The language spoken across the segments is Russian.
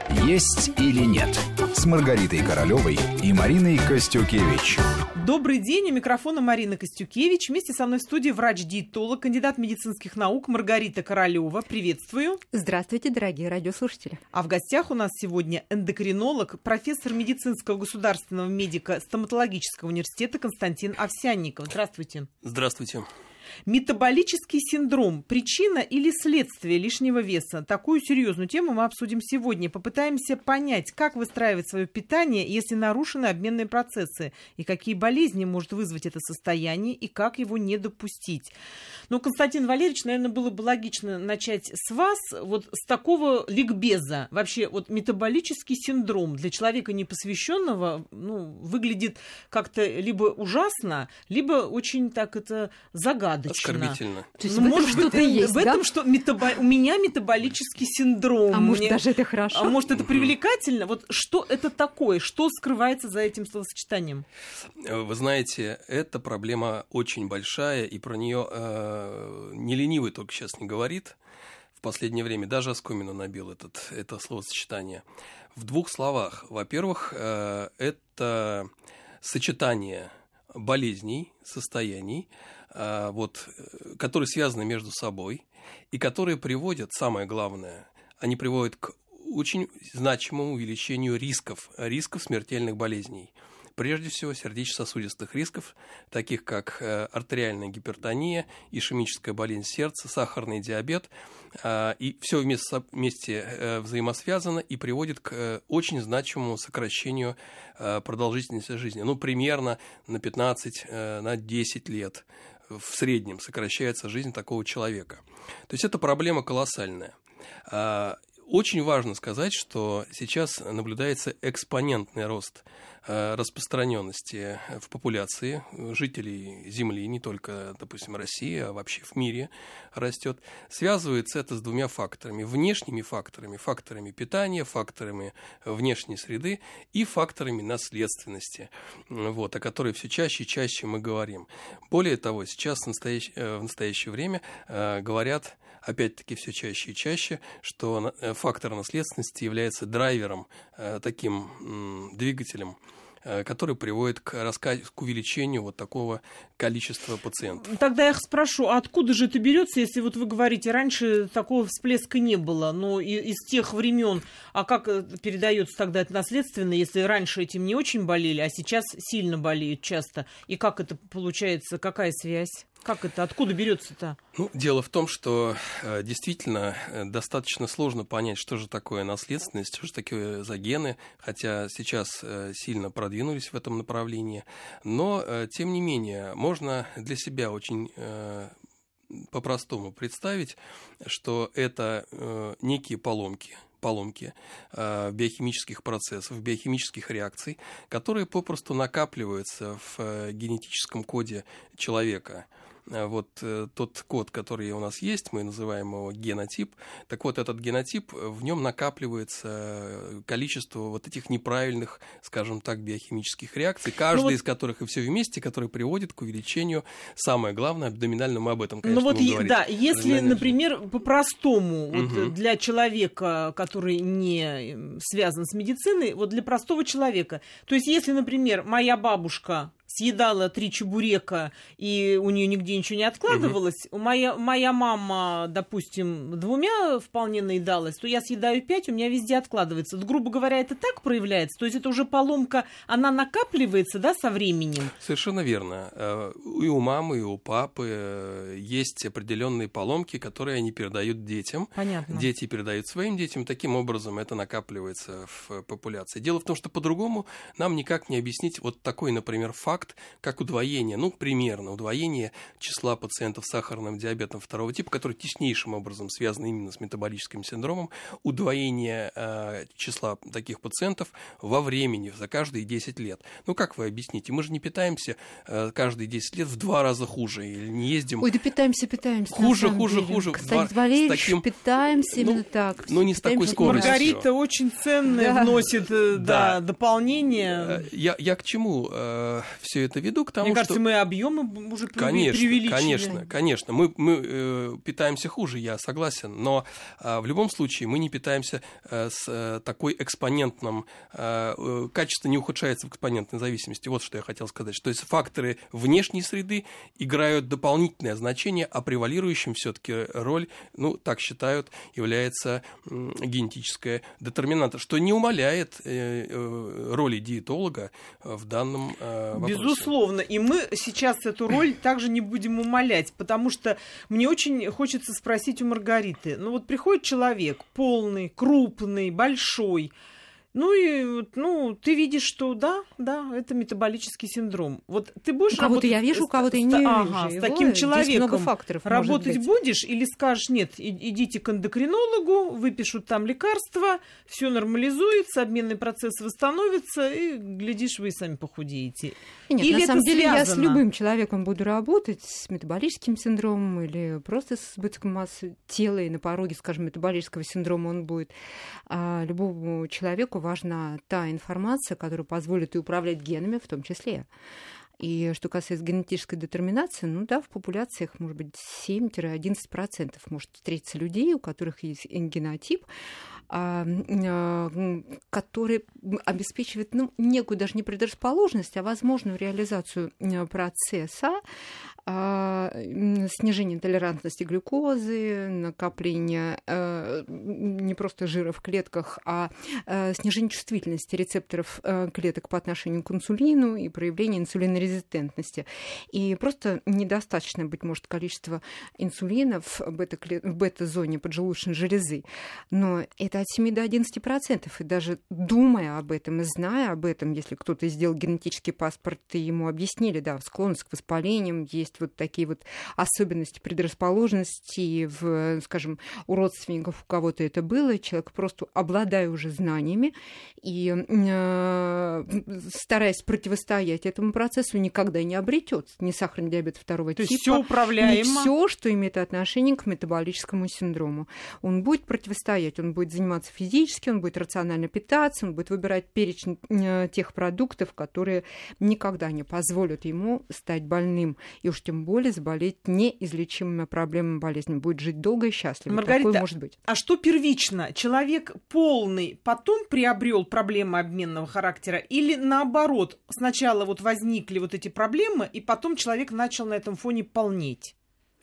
«Есть или нет» с Маргаритой Королевой и Мариной Костюкевич. Добрый день, у микрофона Марина Костюкевич. Вместе со мной в студии врач-диетолог, кандидат медицинских наук Маргарита Королева. Приветствую. Здравствуйте, дорогие радиослушатели. А в гостях у нас сегодня эндокринолог, профессор медицинского государственного медико-стоматологического университета Константин Овсянников. Здравствуйте. Здравствуйте. Метаболический синдром – причина или следствие лишнего веса? Такую серьезную тему мы обсудим сегодня. Попытаемся понять, как выстраивать свое питание, если нарушены обменные процессы, и какие болезни может вызвать это состояние, и как его не допустить. Ну, Константин Валерьевич, наверное, было бы логично начать с вас, вот с такого ликбеза. Вообще, вот метаболический синдром для человека непосвященного, выглядит как-то либо ужасно, либо очень так это загадочно. Оскорбительно. То есть может что-то есть, в этом, что у меня метаболический синдром. А может, даже это хорошо? А может, это привлекательно? Вот что это такое? Что скрывается за этим словосочетанием? Вы знаете, эта проблема очень большая, и про нее не ленивый только сейчас не говорит. В последнее время даже оскомину набил это словосочетание. В двух словах. Во-первых, это сочетание болезней, состояний, которые связаны между собой и которые приводят, самое главное, они приводят к очень значимому увеличению рисков смертельных болезней. Прежде всего, сердечно-сосудистых рисков, таких как артериальная гипертония, ишемическая болезнь сердца, сахарный диабет. И все вместе взаимосвязано и приводит к очень значимому сокращению продолжительности жизни. Примерно на 15, на 10 лет в среднем сокращается жизнь такого человека. То есть это проблема колоссальная. Очень важно сказать, что сейчас наблюдается экспонентный рост распространенности в популяции жителей Земли, не только, допустим, России, а вообще в мире растет. Связывается это с двумя факторами. Внешними факторами питания, факторами внешней среды и факторами наследственности, о которой все чаще и чаще мы говорим. Более того, сейчас в настоящее время говорят, опять-таки, все чаще и чаще, что фактор наследственности является драйвером, таким двигателем, который приводит к увеличению такого количества пациентов. Тогда я спрошу, а откуда же это берется, если вы говорите, раньше такого всплеска не было, но из тех времен, а как передается тогда это наследственно, если раньше этим не очень болели, а сейчас сильно болеют часто, и как это получается, какая связь? Как это? Откуда берется-то? Дело в том, что действительно достаточно сложно понять, что же такое наследственность, что же такое за гены, хотя сейчас сильно продвинулись в этом направлении. Но, тем не менее, можно для себя очень по-простому представить, что это некие поломки биохимических процессов, биохимических реакций, которые попросту накапливаются в генетическом коде человека. Тот код, который у нас есть, мы называем его генотип. Так вот, этот генотип, в нем накапливается количество этих неправильных, скажем так, биохимических реакций, каждая из которых и все вместе, которые приводит к увеличению, самое главное, абдоминального, мы об этом, конечно, будем говорить. Да, если, например, по-простому, для человека, который не связан с медициной, для простого человека, то есть если, например, моя бабушка съедала 3 чебурека, и у нее нигде ничего не откладывалось, моя мама, допустим, 2 вполне наедалась, то я съедаю 5, у меня везде откладывается. Грубо говоря, это так проявляется? То есть это уже поломка, она накапливается, да, со временем? Совершенно верно. И у мамы, и у папы есть определенные поломки, которые они передают детям. Понятно. Дети передают своим детям, таким образом это накапливается в популяции. Дело в том, что по-другому нам никак не объяснить такой, например, факт, как удвоение, примерно удвоение числа пациентов с сахарным диабетом 2 типа, который теснейшим образом связан именно с метаболическим синдромом, удвоение числа таких пациентов во времени, за каждые 10 лет. Как вы объясните? Мы же не питаемся каждые 10 лет в 2 раза хуже, или не ездим... Ой, да питаемся. Хуже. Константин Валерьевич, питаемся именно так. Не с такой скоростью. Маргарита очень ценное вносит дополнение. Я к чему все это веду к тому, Мне кажется, что... мы объемы уже преувеличили. Конечно. Мы питаемся хуже, я согласен, но в любом случае мы не питаемся с такой экспонентным... Качество не ухудшается в экспонентной зависимости. Вот что я хотел сказать. То есть факторы внешней среды играют дополнительное значение, а превалирующим все-таки роль, так считают, является генетическая детерминанта, что не умаляет роли диетолога в данном вопросе. Безусловно. И мы сейчас эту роль также не будем умалять, потому что мне очень хочется спросить у Маргариты. Приходит человек полный, крупный, большой, ты видишь, что да, это метаболический синдром. Ты будешь у кого-то я вижу, у кого-то не вижу. С таким человеком много факторов работать будешь или скажешь, нет, идите к эндокринологу, выпишут там лекарства, все нормализуется, обменный процесс восстановится, и, глядишь, вы сами похудеете. Нет, или на самом деле я с любым человеком буду работать, с метаболическим синдромом или просто с избытком массы тела, и на пороге, скажем, метаболического синдрома он будет. Любому человеку важна та информация, которая позволит и управлять генами в том числе. И что касается генетической детерминации, в популяциях, может быть, 7-11% может встретиться людей, у которых есть генотип, который обеспечивает некую даже не предрасположенность, а возможную реализацию процесса снижения толерантности глюкозы, накопления не просто жира в клетках, а снижение чувствительности рецепторов клеток по отношению к инсулину и проявление инсулинорезистентности. И просто недостаточно, быть может, количество инсулина в бета-зоне поджелудочной железы. Но это от 7 до 11%. И даже думая об этом и зная об этом, если кто-то сделал генетический паспорт и ему объяснили, склонность к воспалениям, есть такие особенности предрасположенности скажем, у родственников, у кого-то это было, человек просто, обладая уже знаниями и стараясь противостоять этому процессу, никогда не обретет ни сахарный диабет второго типа, всё управляемо. ни все, что имеет отношение к метаболическому синдрому. Он будет противостоять, он будет заниматься физически, он будет рационально питаться, он будет выбирать перечень тех продуктов, которые никогда не позволят ему стать больным, и уж тем более заболеть неизлечимыми проблемами болезни. Будет жить долго и счастливо. Маргарита, такое может быть. А что первично? Человек полный потом приобрел проблемы обменного характера или наоборот? Сначала возникли эти проблемы, и потом человек начал на этом фоне полнеть?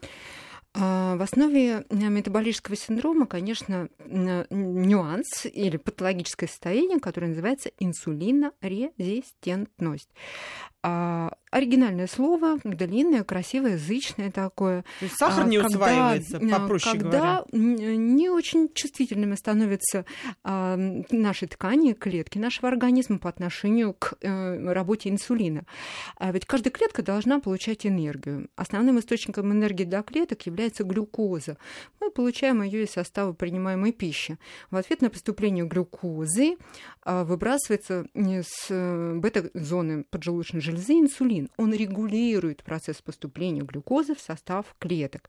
В основе метаболического синдрома, конечно, нюанс или патологическое состояние, которое называется инсулинорезистентность. Оригинальное слово, длинное, красивое, язычное такое. То есть сахар не усваивается, попроще говоря. Когда не очень чувствительными становятся наши ткани, клетки нашего организма по отношению к работе инсулина. Ведь каждая клетка должна получать энергию. Основным источником энергии для клеток является глюкоза. Мы получаем ее из состава принимаемой пищи. В ответ на поступление глюкозы выбрасывается с бета-зоны поджелудочной железы инсулин. Он регулирует процесс поступления глюкозы в состав клеток.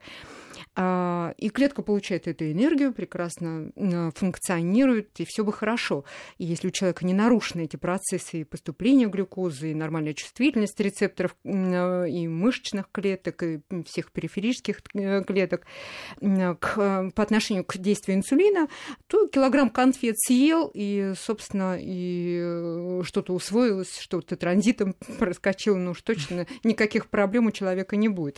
И клетка получает эту энергию, прекрасно функционирует, и все бы хорошо. И если у человека не нарушены эти процессы и поступления глюкозы, и нормальная чувствительность рецепторов и мышечных клеток, и всех периферических клеток по отношению к действию инсулина, то килограмм конфет съел, и, собственно, и что-то усвоилось, что-то транзитом проскочило, уж точно никаких проблем у человека не будет.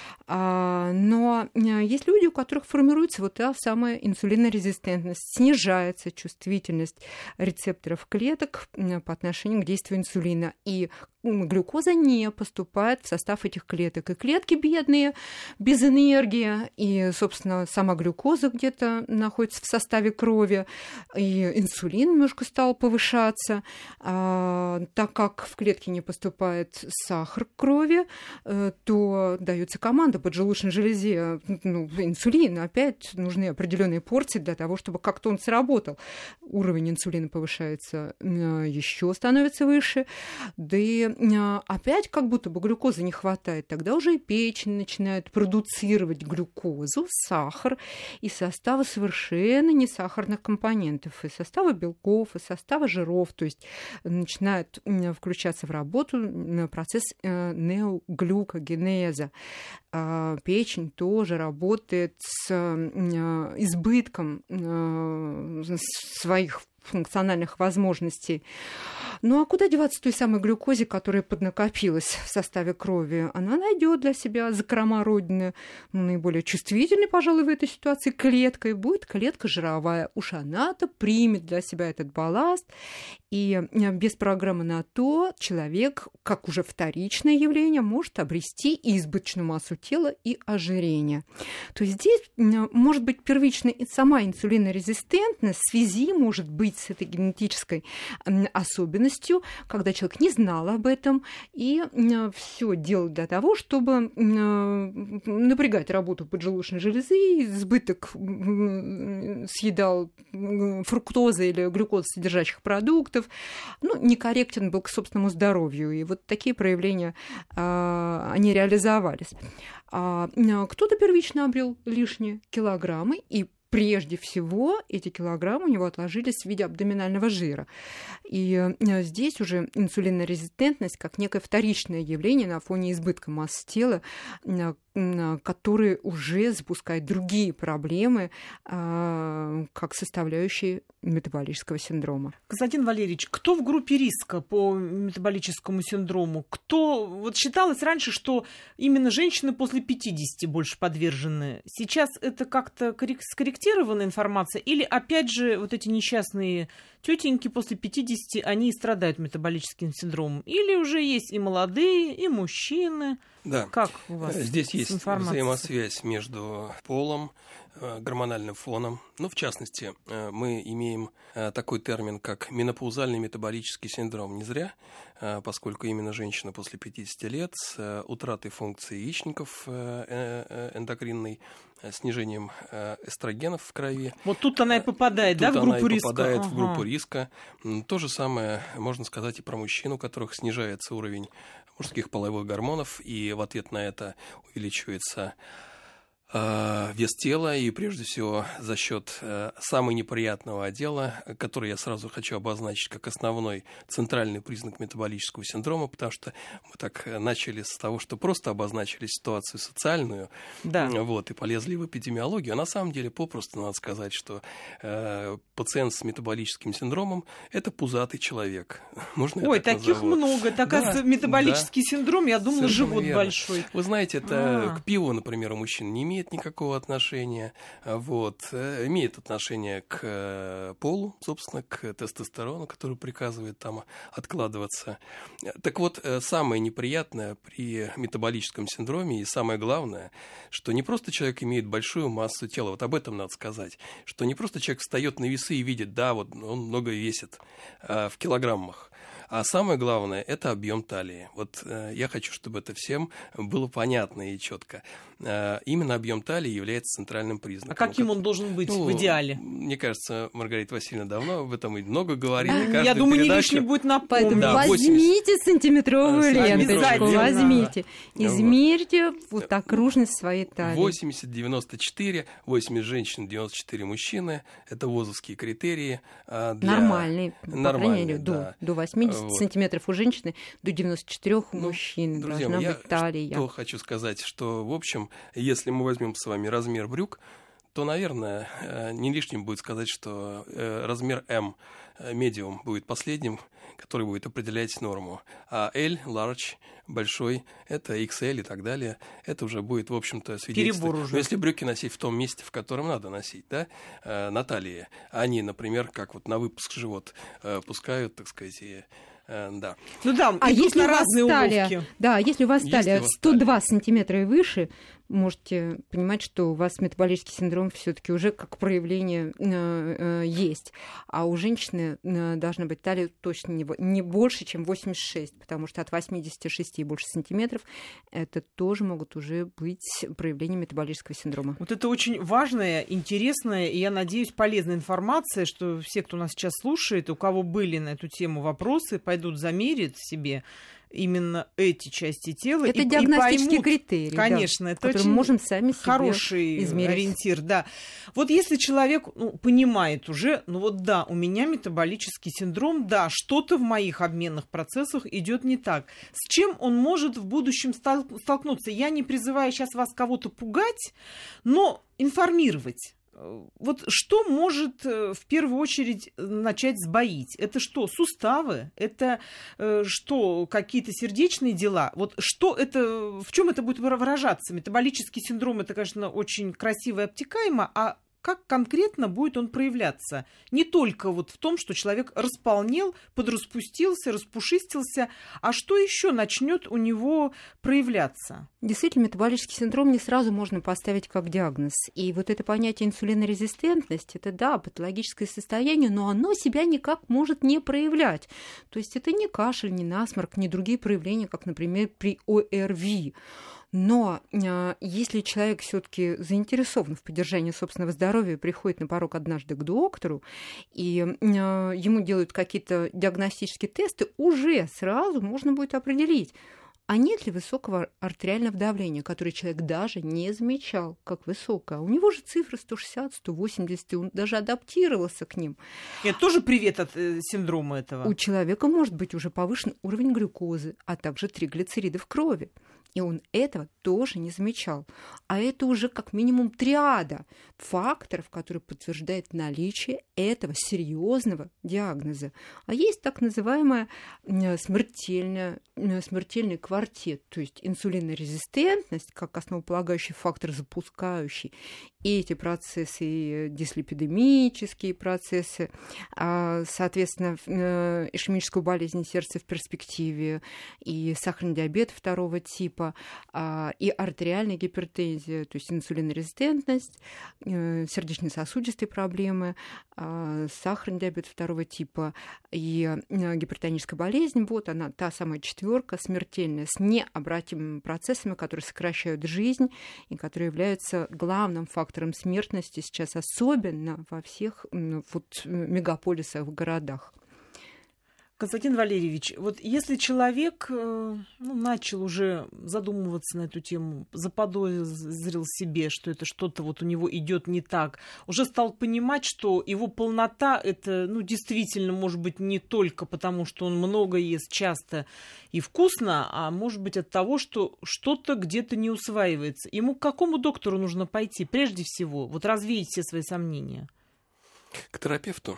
Но есть люди, у которых формируется та самая инсулинорезистентность, снижается чувствительность рецепторов клеток по отношению к действию инсулина, и глюкоза не поступает в состав этих клеток. И клетки бедные, без энергии, и, собственно, сама глюкоза где-то находится в составе крови, и инсулин немножко стал повышаться, так как в клетке не поступает сахар к крови, то дается команда поджелудочной железе инсулин. Опять нужны определенные порции для того, чтобы как-то он сработал. Уровень инсулина повышается, еще становится выше. Да и опять как будто бы глюкозы не хватает. Тогда уже и печень начинает продуцировать глюкозу, сахар из состава совершенно не сахарных компонентов, из состава белков, из состава жиров. То есть начинает включаться в работу процесс неоглюкогенеза. Печень тоже работает с избытком своих функциональных возможностей. Ну а куда деваться той самой глюкозе, которая поднакопилась в составе крови? Она найдет для себя закрома родины. Наиболее чувствительной, пожалуй, в этой ситуации клеткой будет клетка жировая. Уж она-то примет для себя этот балласт. И без программы на то человек, как уже вторичное явление, может обрести и избыточную массу тела, и ожирение. То есть здесь может быть первичная и сама инсулинорезистентность в связи, может быть, с этой генетической особенностью, когда человек не знал об этом и все делал для того, чтобы напрягать работу поджелудочной железы, избыток съедал фруктозы или глюкозосодержащих продуктов, некорректен был к собственному здоровью. И вот такие проявления, они реализовались. Кто-то первично обрел лишние килограммы, и прежде всего эти килограммы у него отложились в виде абдоминального жира. И здесь уже инсулинорезистентность как некое вторичное явление на фоне избытка массы тела, которые уже запускают другие проблемы, как составляющие метаболического синдрома. Константин Валерьевич, кто в группе риска по метаболическому синдрому? Вот считалось раньше, что именно женщины после 50 больше подвержены. Сейчас это как-то скорректированная информация? Или, опять же, вот эти несчастные тетеньки после 50, они и страдают метаболическим синдромом? Или уже есть и молодые, и мужчины? Да. Как у вас здесь есть взаимосвязь между полом, гормональным фоном. В частности, мы имеем такой термин, как менопаузальный метаболический синдром. Не зря, поскольку именно женщина после 50 лет с утратой функции яичников эндокринной, снижением эстрогенов в крови. Вот тут она и попадает, в группу риска? Попадает в группу риска. То же самое можно сказать и про мужчин, у которых снижается уровень мужских половых гормонов, и в ответ на это увеличивается вес тела, и прежде всего за счет самого неприятного отдела, который я сразу хочу обозначить как основной центральный признак метаболического синдрома, потому что мы так начали с того, что просто обозначили ситуацию социальную, и полезли в эпидемиологию, а на самом деле попросту надо сказать, что пациент с метаболическим синдромом – это пузатый человек. Можно Ой, таких назову? Много. Метаболический синдром, я думала, живот большой. Вы знаете, это к пиву, например, у мужчин не имеет никакого отношения, имеет отношение к полу, собственно, к тестостерону, который приказывает там откладываться. Так вот, самое неприятное при метаболическом синдроме и самое главное, что не просто человек имеет большую массу тела, вот об этом надо сказать, что не просто человек встает на весы и видит, он много весит в килограммах, а самое главное – это объем талии. Вот я хочу, чтобы это всем было понятно и четко. Именно объем талии является центральным признаком. А каким он должен быть в идеале? Мне кажется, Маргарита Васильевна давно об этом и много говорит. Я думаю, не лишним будет напомнить. Возьмите сантиметровую ленточку, возьмите. Измерьте окружность своей талии. 80-94, 80 женщин, 94 мужчины. Это ВОЗовские критерии. Нормальные, до 80 сантиметров у женщины, до 94 у мужчин. Друзья, должна быть талия. Что хочу сказать, что, в общем, если мы возьмем с вами размер брюк, то, наверное, не лишним будет сказать, что размер М, медиум, будет последним, который будет определять норму. А L, large, большой, это XL и так далее, это уже будет, в общем-то, свидетельствовать. Но если брюки носить в том месте, в котором надо носить, на талии, они, например, как на выпуск живот пускают, так сказать, и... а если у вас талия, если у вас талия 102 сантиметра и выше, можете понимать, что у вас метаболический синдром все-таки уже как проявление есть. А у женщины должна быть талия точно не больше, чем 86, потому что от 86 и больше сантиметров это тоже могут уже быть проявления метаболического синдрома. Вот это очень важная, интересная и, я надеюсь, полезная информация, что все, кто нас сейчас слушает, у кого были на эту тему вопросы, пойдут замерить себе именно эти части тела. Это диагностический критерий. Конечно, да, это очень мы можем сами себе хороший измерить. Ориентир. Да. Вот если человек понимает уже, да, у меня метаболический синдром, да, что-то в моих обменных процессах идет не так. С чем он может в будущем столкнуться? Я не призываю сейчас вас кого-то пугать, но информировать. Вот что может в первую очередь начать сбоить? Это что, суставы? Это что, какие-то сердечные дела? Вот что это, в чем это будет выражаться? Метаболический синдром, это, конечно, очень красиво и обтекаемо, а как конкретно будет он проявляться? Не только вот в том, что человек располнел, подраспустился, распушистился, а что еще начнет у него проявляться? Действительно, метаболический синдром не сразу можно поставить как диагноз. И вот это понятие инсулинорезистентность, это, да, патологическое состояние, но оно себя никак может не проявлять. То есть это не кашель, не насморк, не другие проявления, как, например, при ОРВИ. Но если человек все-таки заинтересован в поддержании собственного здоровья, приходит на порог однажды к доктору, и ему делают какие-то диагностические тесты, уже сразу можно будет определить, а нет ли высокого артериального давления, которое человек даже не замечал, как высокое. У него же цифры 160, 180, он даже адаптировался к ним. Это тоже привет от синдрома этого? У человека может быть уже повышен уровень глюкозы, а также триглицериды в крови. И он этого тоже не замечал. А это уже как минимум триада факторов, которые подтверждают наличие этого серьезного диагноза. А есть так называемый смертельный квартет, то есть инсулинорезистентность как основополагающий фактор, запускающий и эти процессы, и дислипидемические процессы, соответственно, ишемическую болезнь сердца в перспективе, и сахарный диабет второго типа, и артериальная гипертензия, то есть инсулинорезистентность, сердечно-сосудистые проблемы, сахарный диабет второго типа и гипертоническая болезнь. Вот она, та самая четверка смертельная с необратимыми процессами, которые сокращают жизнь и которые являются главным фактором смертности сейчас, особенно во всех мегаполисах, в городах. Константин Валерьевич, вот если человек начал уже задумываться на эту тему, заподозрил себе, что это что-то вот у него идет не так, уже стал понимать, что его полнота это действительно может быть не только потому, что он много ест часто и вкусно, а может быть от того, что что-то где-то не усваивается. Ему к какому доктору нужно пойти прежде всего? Вот развеять все свои сомнения. К терапевту.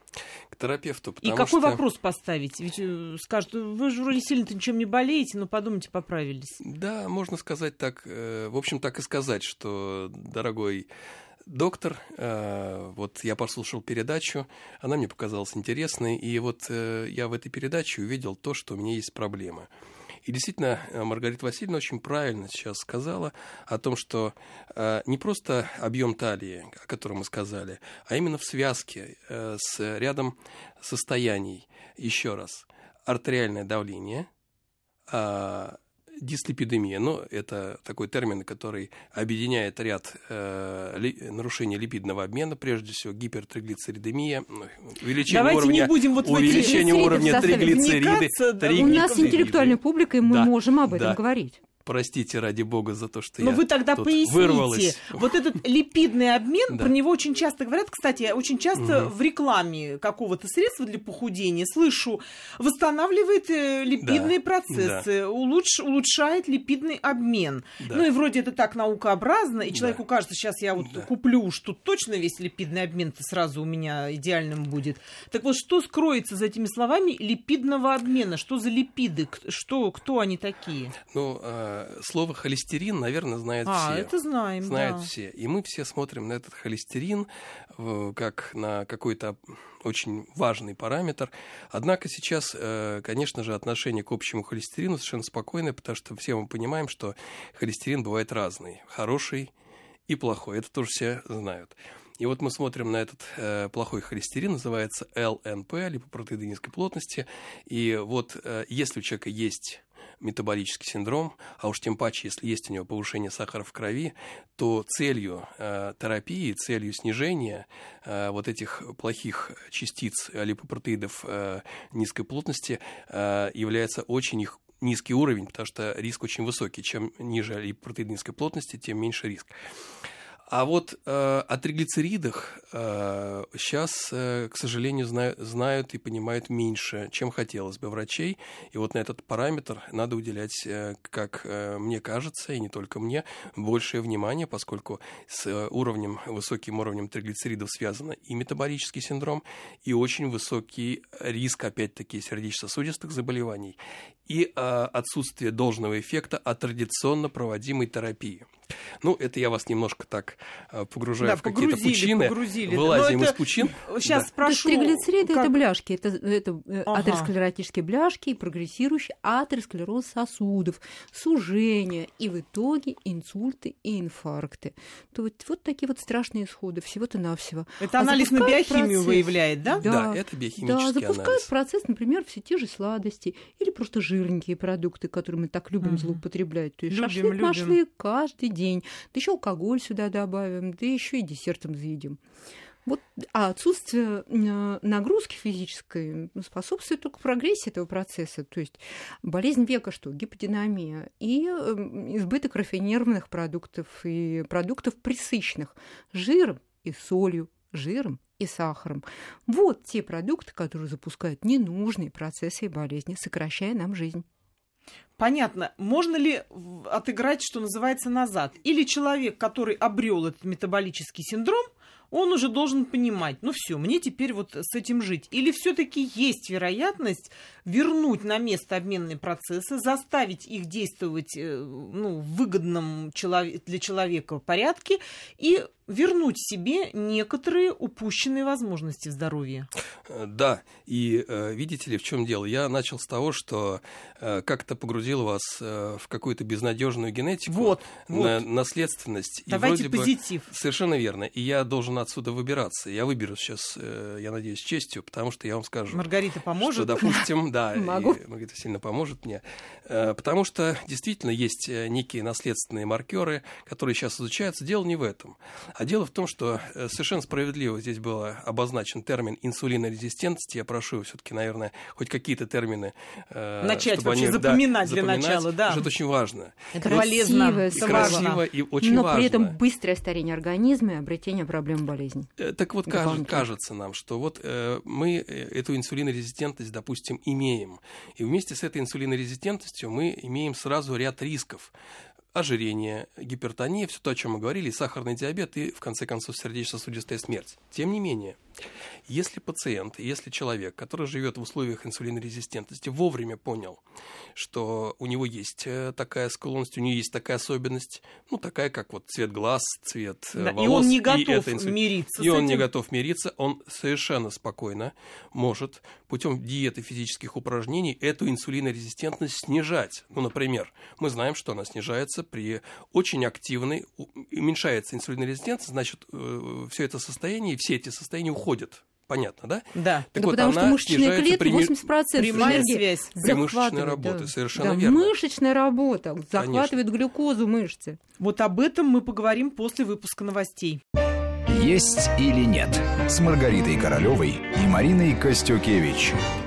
И какой вопрос поставить? Ведь скажут, вы же вроде сильно-то ничем не болеете, но подумайте, поправились. Да, можно сказать так, в общем, так и сказать, что, дорогой доктор, вот я послушал передачу, она мне показалась интересной, и вот я в этой передаче увидел то, что у меня есть проблемы. И действительно, Маргарита Васильевна очень правильно сейчас сказала о том, что не просто объем талии, о котором мы сказали, а именно в связке с рядом состояний. Еще раз, артериальное давление, дислипидемия, это такой термин, который объединяет ряд нарушений липидного обмена, прежде всего гипертриглицеридемия, увеличение уровня триглицеридов. У нас интеллектуальная публика, и мы можем об этом говорить. Простите, ради бога, за то, что Но я вы тогда тут поясните. Вырвалась. Вот этот липидный обмен, про него очень часто говорят. Кстати, очень часто в рекламе какого-то средства для похудения слышу, восстанавливает липидные процессы, улучшает липидный обмен. Да. И вроде это так наукообразно, и человеку кажется, сейчас я куплю уж тут точно весь липидный обмен-то сразу у меня идеальным будет. Так вот, что скроется за этими словами липидного обмена? Что за липиды? Кто они такие? слово холестерин, наверное, знают все. Это знаем, Знают да. все. И мы все смотрим на этот холестерин как на какой-то очень важный параметр. Однако сейчас, конечно же, отношение к общему холестерину совершенно спокойное, потому что все мы понимаем, что холестерин бывает разный. Хороший и плохой. Это тоже все знают. И вот мы смотрим на этот плохой холестерин, называется ЛНП, липопротеиды низкой плотности. И вот если у человека есть метаболический синдром, а уж тем паче, если есть у него повышение сахара в крови, то целью терапии, целью снижения вот этих плохих частиц липопротеидов низкой плотности является очень их низкий уровень, потому что риск очень высокий. Чем ниже липопротеиды низкой плотности, тем меньше риск. А вот о триглицеридах сейчас, к сожалению, знают и понимают меньше, чем хотелось бы врачей. И вот на этот параметр надо уделять, как мне кажется, и не только мне, большее внимание, поскольку с высоким уровнем триглицеридов связан и метаболический синдром, и очень высокий риск, опять-таки, сердечно-сосудистых заболеваний, и отсутствие должного эффекта от традиционно проводимой терапии. Ну, это я вас немножко так погружаю в какие-то пучины. Вылазим из пучин. Сейчас спрошу. Триглицериды это бляшки, это атеросклеротические бляшки и прогрессирующий атеросклероз сосудов, сужение и в итоге инсульты и инфаркты. То вот такие вот страшные исходы всего-то навсего. Это анализ на биохимию выявляет, да? Да, это биохимический анализ. Да, запускает процесс, например, все те же сладости или просто жирненькие продукты, которые мы так любим злоупотреблять. То есть шашлык, машлык каждый день. Да еще алкоголь сюда добавим, да еще и десертом заедим. Вот, а отсутствие нагрузки физической способствует только прогрессии этого процесса. То есть болезнь века что? Гиподинамия и избыток рафинированных продуктов и продуктов пресыщенных жиром и солью, жиром и сахаром. Вот те продукты, которые запускают ненужные процессы и болезни, сокращая нам жизнь. Понятно. Можно ли отыграть, что называется, назад? Или человек, который обрел этот метаболический синдром, он уже должен понимать, ну все, мне теперь вот с этим жить. Или все-таки есть вероятность вернуть на место обменные процессы, заставить их действовать в выгодном для человека порядке и вернуть себе некоторые упущенные возможности здоровья. Да, и видите ли, в чем дело? Я начал с того, что как-то погрузил вас в какую-то безнадежную генетику, наследственность. Давайте и позитив. Совершенно верно. И я должен отсюда выбираться. Я выберусь сейчас, я надеюсь, с честью, потому что я вам скажу. Маргарита поможет? Что, допустим, да, могу. Маргарита сильно поможет мне. Потому что действительно есть некие наследственные маркеры, которые сейчас изучаются. Дело не в этом. А дело в том, что совершенно справедливо здесь был обозначен термин инсулинорезистентности. Я прошу все-таки, наверное, хоть какие-то термины... Начать вообще запоминать для начала, да. Это очень важно. Это полезно, это красиво и очень важно. Но при этом быстрое старение организма и обретение проблем болезни. Так вот, кажется нам, что вот мы эту инсулинорезистентность, допустим, имеем. И вместе с этой инсулинорезистентностью мы имеем сразу ряд рисков. Ожирение, гипертония, все то, о чем мы говорили, сахарный диабет и, в конце концов, сердечно-сосудистая смерть. Тем не менее, если пациент, если человек, который живет в условиях инсулинорезистентности, вовремя понял, что у него есть такая склонность, у него есть такая особенность, ну, такая, как вот цвет глаз, цвет волос. И он не готов мириться с этим. И он не готов мириться, он совершенно спокойно может путем диеты, физических упражнений эту инсулинорезистентность снижать. Ну, например, мы знаем, что она снижается при очень активной, уменьшается инсулинорезистентность, значит, все это состояние и все эти состояния уходят. Понятно, да? Да. Так да, вот, потому что мышечные клетки 80% прямая связь. При мышечной работе, совершенно да, верно. Мышечная работа захватывает глюкозу мышцы. Вот об этом мы поговорим после выпуска новостей. «Есть или нет» с Маргаритой Королевой и Мариной Костюкевич.